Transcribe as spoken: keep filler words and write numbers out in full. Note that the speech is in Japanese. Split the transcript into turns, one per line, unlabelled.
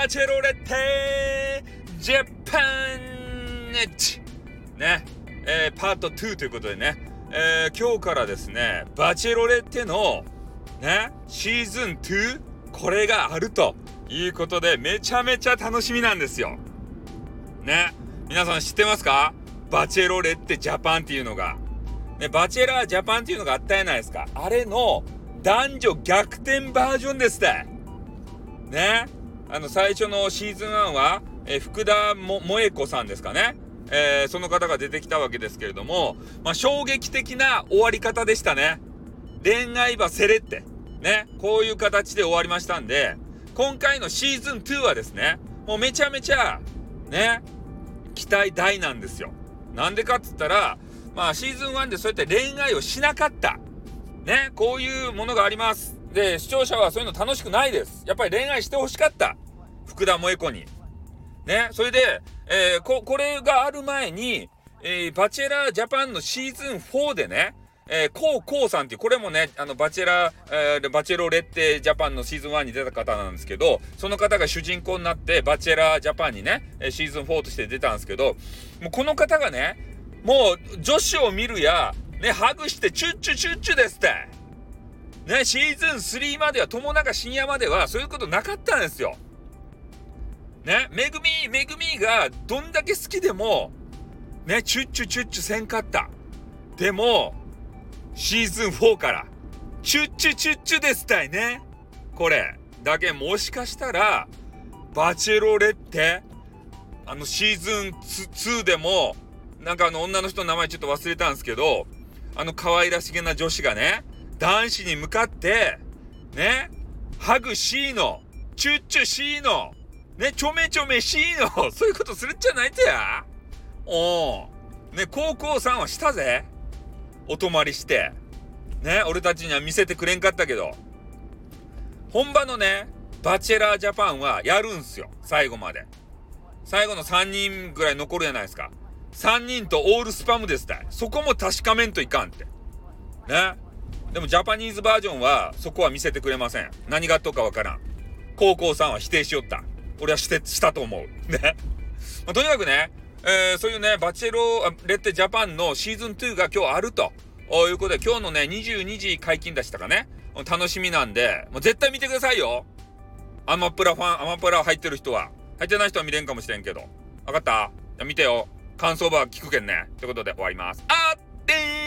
バチェロレッテジャパンネットね、えー、パートにということでね、えー、今日からですねバチェロレッテのねシーズンにこれがあるということでめちゃめちゃ楽しみなんですよね。皆さん知ってますか？バチェロレッテジャパンっていうのがね、バチェラージャパンっていうのがあったじゃないですか。あれの男女逆転バージョンですってね。あの最初のシーズンワンは、えー、福田も萌子さんですかね、えー、その方が出てきたわけですけれども、まあ、衝撃的な終わり方でしたね。恋愛はセレってね、こういう形で終わりましたんで、今回のシーズンにはですね、もうめちゃめちゃね期待大なんですよ。なんでかっつったら、まあシーズンワンでそうやって恋愛をしなかったね、こういうものがあります。で、視聴者はそういうの楽しくないです。やっぱり恋愛してほしかった、福田萌子にね。それで、えー、こ, これがある前に、えー、バチェラージャパンのシーズンよんでね、えー、コウコウさんっていう、これもね、あのバチェラー、えー、バチェロレッテジャパンのシーズンワンに出た方なんですけど、その方が主人公になってバチェラージャパンにねシーズンよんとして出たんですけど、もうこの方がね、もう女子を見るやね、ハグしてチュッチュチュッチュですってね。シーズンスリーまでは、友永深夜まではそういうことなかったんですよね。めぐみめぐみがどんだけ好きでもね、チュッチュチュッチュせんかった。でもシーズンよんからチュッチュチュッチュですたいね。これだけもしかしたらバチェロレッテあのシーズンにでもなんかあの女の人の名前ちょっと忘れたんですけど、あの可愛らしげな女子がね男子に向かってねハグ C のチュッチュ C のねちょめちょめ C のそういうことするんじゃないとや。おーね、高校さんはしたぜ、お泊まりしてね。俺たちには見せてくれんかったけど、本場のねバチェラージャパンはやるんすよ。最後まで最後のさんにんぐらい残るじゃないですか。さんにんとオールスパムですたい。そこも確かめんといかんってね。でもジャパニーズバージョンはそこは見せてくれません。何があっとかわからん。高校さんは否定しよった。俺はしてしたと思うねまあ、とにかくね、えー、そういうねバチェロレッテジャパンのシーズンにが今日あるということで、今日のねにじゅうにじ解禁だしたかね、楽しみなんで、もう絶対見てくださいよ。アマプラファン、アマプラ入ってる人は。入ってない人は見れんかもしれんけど、分かった？見てよ。感想ば聞くけんね。ということで終わります。あってー